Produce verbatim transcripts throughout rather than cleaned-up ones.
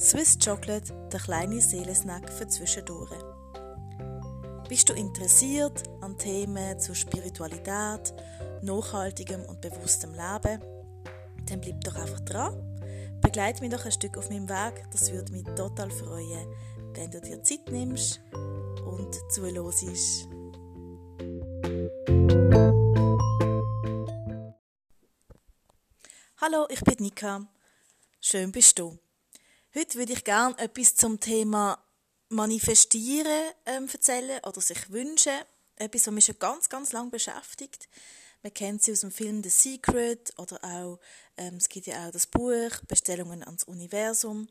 Swiss Chocolate, der kleine Seelensnack für zwischendurch. Bist du interessiert an Themen zur Spiritualität, nachhaltigem und bewusstem Leben? Dann bleib doch einfach dran. Begleite mich doch ein Stück auf meinem Weg. Das würde mich total freuen, wenn du dir Zeit nimmst und zuhörst. Hallo, ich bin Nika. Schön bist du. Heute würde ich gerne etwas zum Thema Manifestieren ähm, erzählen oder sich wünschen. Etwas, was mich schon ganz, ganz lange beschäftigt. Man kennt sie aus dem Film The Secret oder auch, ähm, es gibt ja auch das Buch Bestellungen ans Universum.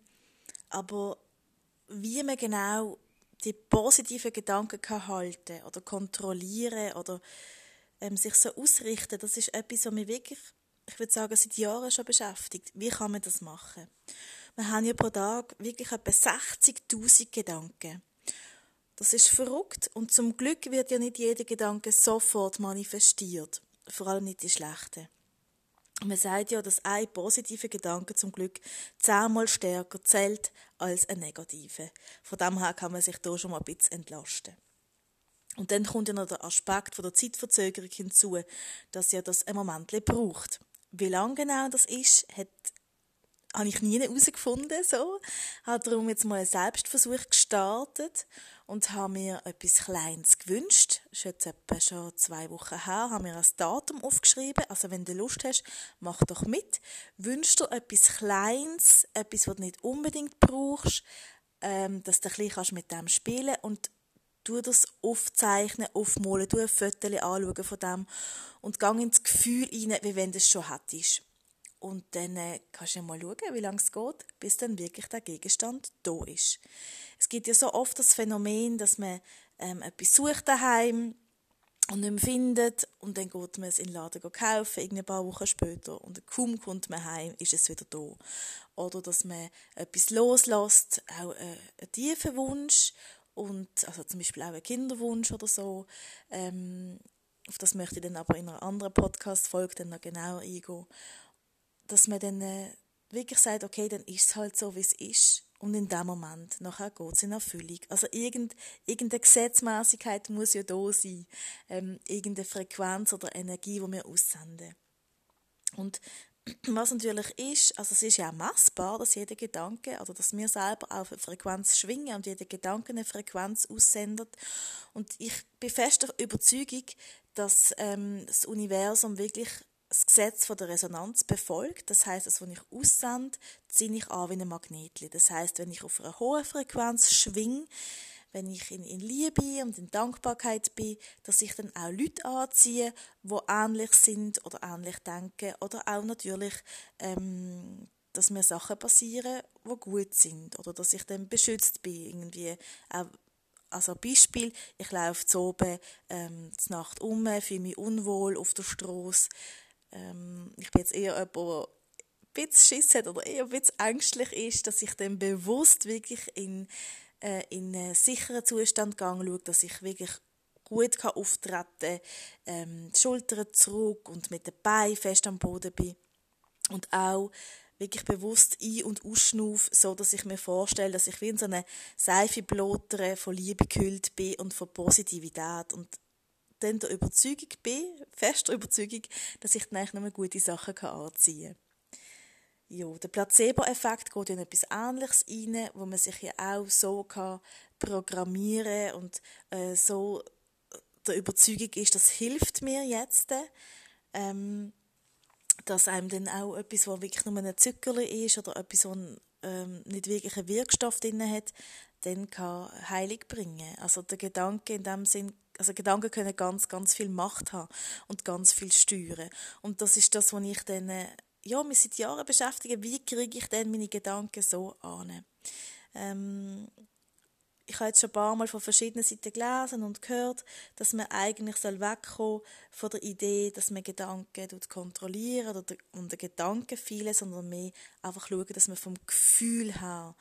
Aber wie man genau die positiven Gedanken kann halten oder kontrollieren oder ähm, sich so ausrichten, das ist etwas, was mich wirklich, ich würde sagen, seit Jahren schon beschäftigt. Wie kann man das machen? Wir haben ja pro Tag wirklich etwa sechzigtausend Gedanken. Das ist verrückt und zum Glück wird ja nicht jeder Gedanke sofort manifestiert. Vor allem nicht die schlechten. Man sagt ja, dass ein positiver Gedanke zum Glück zehnmal stärker zählt als ein negativer. Von dem her kann man sich da schon mal ein bisschen entlasten. Und dann kommt ja noch der Aspekt von der Zeitverzögerung hinzu, dass ja das ein Moment braucht. Wie lang genau das ist, hat habe ich nie herausgefunden. So. Ich habe darum jetzt mal einen Selbstversuch gestartet und habe mir etwas Kleines gewünscht. Das ist jetzt etwa schon zwei Wochen her. Habe mir ein Datum aufgeschrieben. Also wenn du Lust hast, mach doch mit. Wünsch dir etwas Kleines, etwas, was du nicht unbedingt brauchst, ähm, dass du ein bisschen mit dem spielen kannst und tu das aufzeichnen, aufmalen, tu ein Foto anschauen von dem und geh ins Gefühl rein, wie wenn du es schon hättest. Und dann äh, kannst du mal schauen, wie lange es geht, bis dann wirklich der Gegenstand da ist. Es gibt ja so oft das Phänomen, dass man ähm, etwas sucht daheim und nicht mehr findet und dann geht man es in den Laden kaufen, ein paar Wochen später und kaum kommt man heim, ist es wieder da. Oder dass man etwas loslässt, auch äh, einen tiefen Wunsch, und, also zum Beispiel auch einen Kinderwunsch oder so. Ähm, auf das möchte ich dann aber in einer anderen Podcast-Folge dann noch genauer eingehen. Dass man dann äh, wirklich sagt, okay, dann ist es halt so, wie es ist. Und in dem Moment, nachher geht es in Erfüllung. Also irgend, irgendeine Gesetzmäßigkeit muss ja da sein. Ähm, irgendeine Frequenz oder Energie, die wir aussenden. Und was natürlich ist, also es ist ja auch messbar, dass jeder Gedanke, oder dass wir selber auf eine Frequenz schwingen und jeder Gedanke eine Frequenz aussendet. Und ich bin fest der Überzeugung, dass ähm, das Universum wirklich das Gesetz von der Resonanz befolgt. Das heisst, das, was ich aussende, ziehe ich an wie ein Magnetli. Das heisst, wenn ich auf einer hohen Frequenz schwinge, wenn ich in, in Liebe und in Dankbarkeit bin, dass ich dann auch Leute anziehe, die ähnlich sind oder ähnlich denken oder auch natürlich, ähm, dass mir Sachen passieren, die gut sind oder dass ich dann beschützt bin. Irgendwie auch, also Beispiel, ich laufe zu oben ähm, zur Nacht um, fühle mich unwohl auf der Strasse. Ähm, ich bin jetzt eher jemand, der ein bisschen Schiss hat oder eher ein bisschen ängstlich ist, dass ich dann bewusst wirklich in in einen sicheren Zustand gehe, schaue, dass ich wirklich gut auftreten kann, ähm, die Schultern zurück und mit den Beinen fest am Boden bin. Und auch wirklich bewusst ein- und ausschnaufe, so dass ich mir vorstelle, dass ich wie in so eine Seife blättere, von Liebe gehüllt bin und von Positivität. Und dann der Überzeugung bin, fester Überzeugung, dass ich dann eigentlich nur gute Sachen anziehen kann. Ja, der Placebo-Effekt geht in etwas Ähnliches rein, wo man sich ja auch so kann programmieren und äh, so der Überzeugung ist, das hilft mir jetzt, ähm, dass einem dann auch etwas, was wirklich nur ein Zuckerli ist oder etwas, was ähm, nicht wirklich einen Wirkstoff drin hat, dann kann Heilung bringen. Also der Gedanke in dem Sinn, also Gedanken können ganz, ganz viel Macht haben und ganz viel steuern. Und das ist das, was ich dann äh, ja, mich seit Jahren beschäftigen, wie kriege ich denn meine Gedanken so an. Ähm, ich habe jetzt schon ein paar Mal von verschiedenen Seiten gelesen und gehört, dass man eigentlich wegkommen soll von der Idee, dass man Gedanken kontrollieren oder und den Gedanken viele, sondern mehr einfach schauen, dass man vom Gefühl her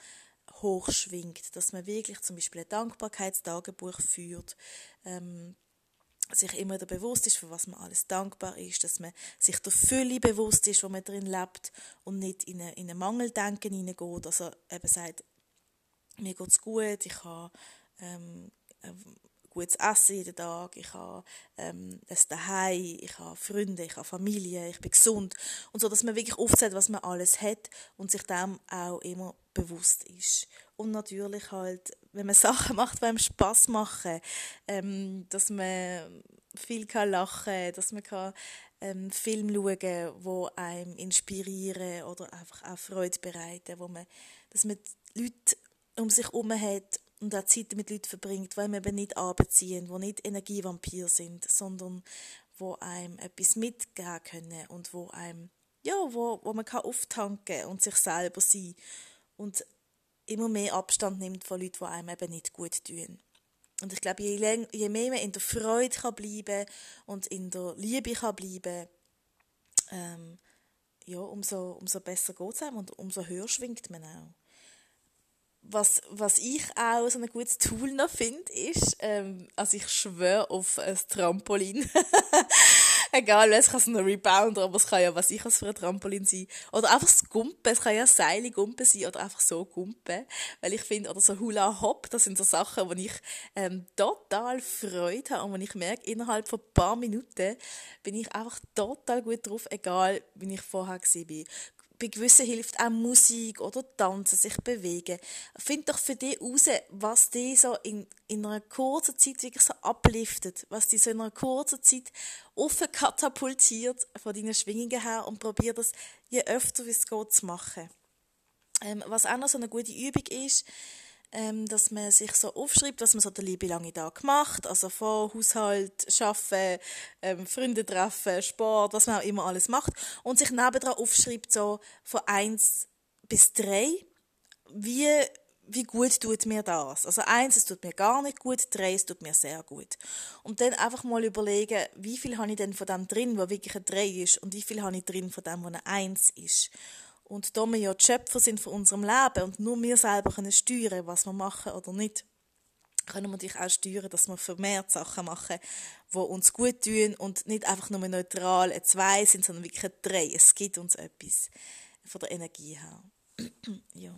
hochschwingt, dass man wirklich zum Beispiel ein Dankbarkeitstagebuch führt, ähm, sich immer wieder bewusst ist, für was man alles dankbar ist, dass man sich der Fülle bewusst ist, wo man drin lebt und nicht in ein in eine Mangeldenken hineingeht. Also eben sagt, mir geht's gut, ich habe ähm, gutes Essen jeden Tag, ich habe ähm, ein Zuhause, ich habe Freunde, ich habe Familie, ich bin gesund. Und so, dass man wirklich aufzählt, was man alles hat und sich dem auch immer bewusst ist. Und natürlich halt, wenn man Sachen macht, die einem Spass machen, ähm, dass man viel kann lachen, dass man kann ähm, Film schauen kann, die einem inspirieren oder einfach auch Freude bereiten, wo man, dass man Leute um sich herum hat und auch Zeit mit Leuten verbringt, die einem eben nicht anbeziehen, die nicht Energievampir sind, sondern wo einem etwas mitgeben können und wo einem, ja, wo, wo man kann auftanken und sich selber sein und immer mehr Abstand nimmt von Leuten, die einem eben nicht gut tun. Und ich glaube, je, läng- je mehr man in der Freude kann bleiben und in der Liebe kann bleiben, ähm, ja, umso, umso besser geht es einem und umso höher schwingt man auch. Was, was ich auch so ein gutes Tool noch finde, ist, ähm, also ich schwöre auf ein Trampolin. Egal, es kann so ein Rebounder, aber es kann ja, was ich als für ein Trampolin sein. Oder einfach das Gumpen, es kann ja Seile Gumpen sein oder einfach so Gumpen. Weil ich finde, oder so Hula Hop, das sind so Sachen, wo ich ähm, total Freude habe und wo ich merke, innerhalb von ein paar Minuten bin ich einfach total gut drauf, egal wie ich vorher war. Bei gewissen hilft auch Musik oder Tanzen, sich bewegen. Find doch für dich heraus, was dich so in, in einer kurzen Zeit wirklich so upliftet, was dich so in einer kurzen Zeit offen katapultiert von deinen Schwingungen her und probier das je öfter wie es geht zu machen. Ähm, was auch noch so eine gute Übung ist, ähm, dass man sich so aufschreibt, was man so den lieben langen Tag macht, also von Haushalt, Arbeiten, ähm, Freunde treffen, Sport, was man auch immer alles macht und sich nebendran aufschreibt so von eins bis drei, wie, wie gut tut mir das. Also eins, es tut mir gar nicht gut, drei, es tut mir sehr gut. Und dann einfach mal überlegen, wie viel habe ich denn von dem drin, wo wirklich ein drei ist und wie viel habe ich drin von dem, wo eine eins ist. Und da wir ja die Schöpfer sind von unserem Leben und nur wir selber können steuern, was wir machen oder nicht, können wir natürlich auch steuern, dass wir vermehrt Sachen machen, die uns gut tun und nicht einfach nur neutral ein zwei sind, sondern wirklich ein drei. Es gibt uns etwas von der Energie her. Ja.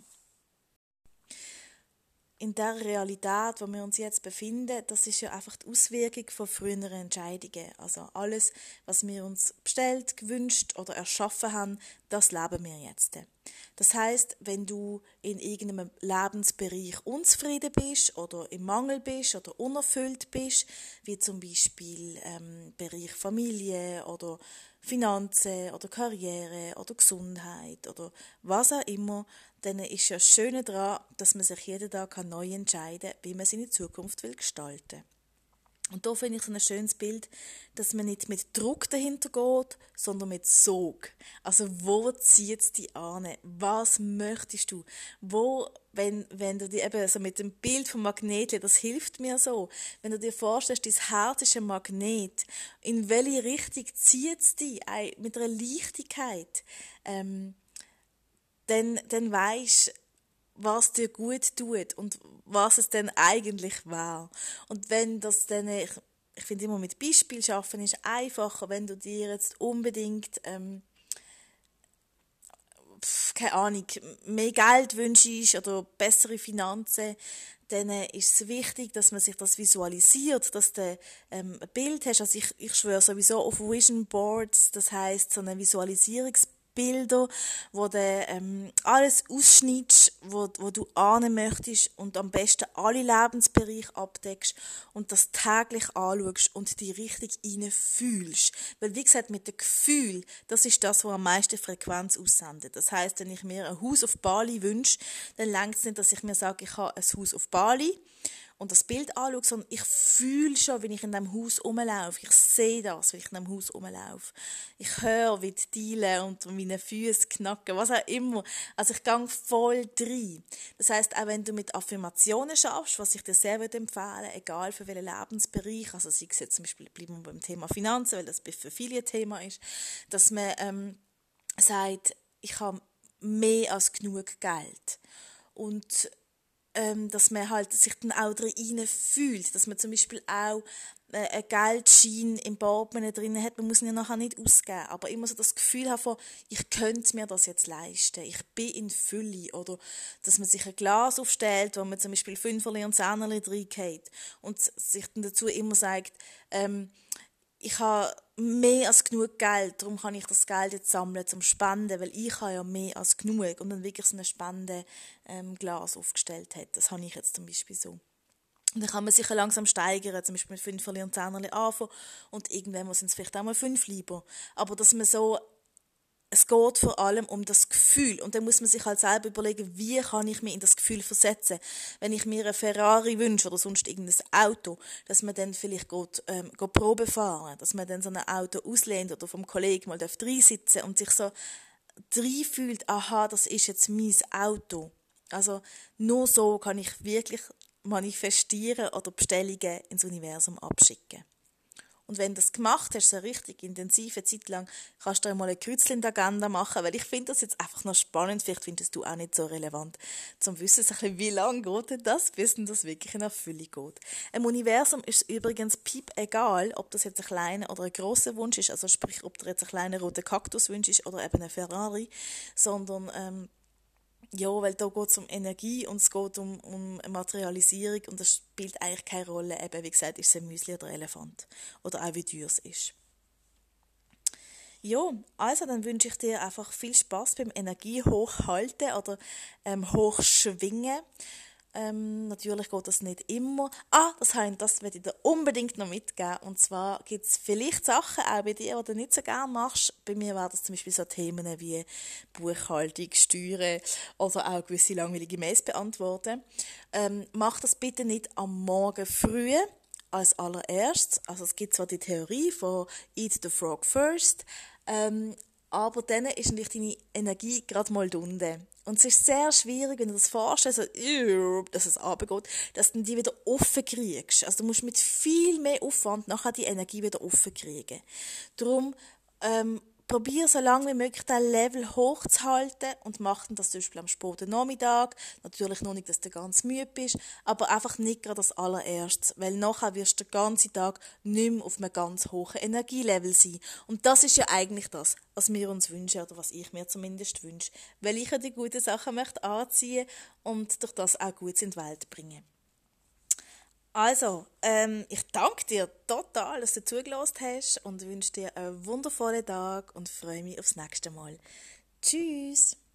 In der Realität, wo wir uns jetzt befinden, das ist ja einfach die Auswirkung von früheren Entscheidungen. Also alles, was wir uns bestellt, gewünscht oder erschaffen haben, das leben wir jetzt. Das heißt, wenn du in irgendeinem Lebensbereich unzufrieden bist oder im Mangel bist oder unerfüllt bist, wie zum Beispiel ähm, Bereich Familie oder Finanzen oder Karriere oder Gesundheit oder was auch immer, dann ist ja das Schöne daran, dass man sich jeden Tag neu entscheiden kann, wie man seine Zukunft will gestalten. Und da finde ich so ein schönes Bild, dass man nicht mit Druck dahinter geht, sondern mit Sog. Also wo zieht es dich an? Was möchtest du? Wo, wenn, wenn du dir eben so mit dem Bild vom Magnet, das hilft mir so, wenn du dir vorstellst, dein Herz ist ein Magnet, in welche Richtung zieht es dich? Mit einer Leichtigkeit. Ähm, dann, dann weisst, was dir gut tut und was es denn eigentlich war. Und wenn das dann, ich, ich finde immer mit Beispiel schaffen ist einfacher, wenn du dir jetzt unbedingt, ähm, pf, keine Ahnung, mehr Geld wünschst oder bessere Finanzen, dann ist es wichtig, dass man sich das visualisiert, dass du ähm, ein Bild hast. Also ich, ich schwöre sowieso auf Vision Boards, das heisst so eine Visualisierungs Bilder, wo du ähm, alles ausschneidest, wo, wo du ahnen möchtest und am besten alle Lebensbereiche abdeckst und das täglich anschaust und die richtig reinfühlst. Weil wie gesagt, mit dem Gefühl, das ist das, was am meisten Frequenz aussendet. Das heisst, wenn ich mir ein Haus auf Bali wünsche, dann reicht es nicht, dass ich mir sage, ich habe ein Haus auf Bali und das Bild anschaue, sondern ich fühle schon, wenn ich in diesem Haus rumlaufe. Ich sehe das, wenn ich in diesem Haus rumlaufe. Ich höre, wie die Dielen und meine Füße knacken, was auch immer. Also ich gehe voll rein. Das heisst, auch wenn du mit Affirmationen schaffst, was ich dir sehr empfehlen würde, egal für welchen Lebensbereich, also sei es jetzt zum Beispiel, bleiben wir beim Thema Finanzen, weil das für viele ein Thema ist, dass man ähm, sagt, ich habe mehr als genug Geld. Und ähm, dass man halt sich dann auch drin fühlt, dass man zum Beispiel auch äh, einen Geldschein im Portemonnaie drin hat, man muss ihn ja nachher nicht ausgeben, aber immer so das Gefühl haben von, ich könnte mir das jetzt leisten, ich bin in Fülle, oder dass man sich ein Glas aufstellt, wo man zum Beispiel Fünferli und Zehnerli reingeht und sich dann dazu immer sagt, ähm, ich habe mehr als genug Geld, darum kann ich das Geld jetzt sammeln zum Spenden, weil ich habe ja mehr als genug und dann wirklich so ein Spendeglas ähm, aufgestellt hat. Das habe ich jetzt zum Beispiel so. Und dann kann man sich ja langsam steigern, zum Beispiel mit Fünferli und Zehnerli anfangen und irgendwann sind es vielleicht auch mal fünf lieber. Aber dass man so, es geht vor allem um das Gefühl und dann muss man sich halt selber überlegen, wie kann ich mich in das Gefühl versetzen. Wenn ich mir eine Ferrari wünsche oder sonst irgendein Auto, dass man dann vielleicht geht, ähm, geht Probe fahren, dass man dann so ein Auto auslehnt oder vom Kollegen mal reinsitzen und sich so reinfühlt, aha, das ist jetzt mein Auto. Also nur so kann ich wirklich manifestieren oder Bestellungen ins Universum abschicken. Und wenn du das gemacht hast, so eine richtig intensive Zeit lang, kannst du dir mal ein Kreuzchen in der Agenda machen, weil ich finde das jetzt einfach noch spannend, vielleicht findest du auch nicht so relevant, zum Wissen, so ein bisschen, wie lange geht denn das, bis denn das wirklich in Erfüllung geht. Im Universum ist es übrigens piep egal, ob das jetzt ein kleiner oder ein grosser Wunsch ist, also sprich, ob dir jetzt ein kleiner roter Kaktus wünsch ist oder eben ein Ferrari, sondern ähm, ja, weil da geht es um Energie und es geht um, um Materialisierung und das spielt eigentlich keine Rolle. Eben, wie gesagt, ist es ein Müsli oder ein Elefant. Oder auch wie teuer es ist. Ja, also dann wünsche ich dir einfach viel Spaß beim Energie hochhalten oder ähm, hochschwingen. Ähm, natürlich geht das nicht immer. Ah, das, ich, das werde ich dir unbedingt noch mitgeben. Und zwar gibt es vielleicht Sachen, auch bei dir, die du nicht so gerne machst. Bei mir wären das zum Beispiel so Themen wie Buchhaltung, Steuern oder auch gewisse langweilige Mails beantworten. Ähm, mach das bitte nicht am Morgen früh als allererstes. Also es gibt zwar die Theorie von Eat the Frog First, ähm, aber dann ist natürlich deine Energie gerade mal unten. Und es ist sehr schwierig, wenn du das vorstellst, also, dass es runtergeht, dass du die wieder offen kriegst. Also du musst mit viel mehr Aufwand nachher die Energie wieder offen kriegen. Darum ähm, probier so lange wie möglich den Level hochzuhalten und mach dann das zum Beispiel am späten Nachmittag. Natürlich noch nicht, dass du ganz müde bist, aber einfach nicht gerade das allererstes, weil nachher wirst du den ganzen Tag nicht mehr auf einem ganz hohen Energielevel sein. Und das ist ja eigentlich das, was wir uns wünschen, oder was ich mir zumindest wünsche, weil ich ja die guten Sachen möchte anziehen und durch das auch gut in die Welt bringen. Also, ähm, ich danke dir total, dass du zugelassen hast und wünsche dir einen wundervollen Tag und freue mich aufs nächste Mal. Tschüss!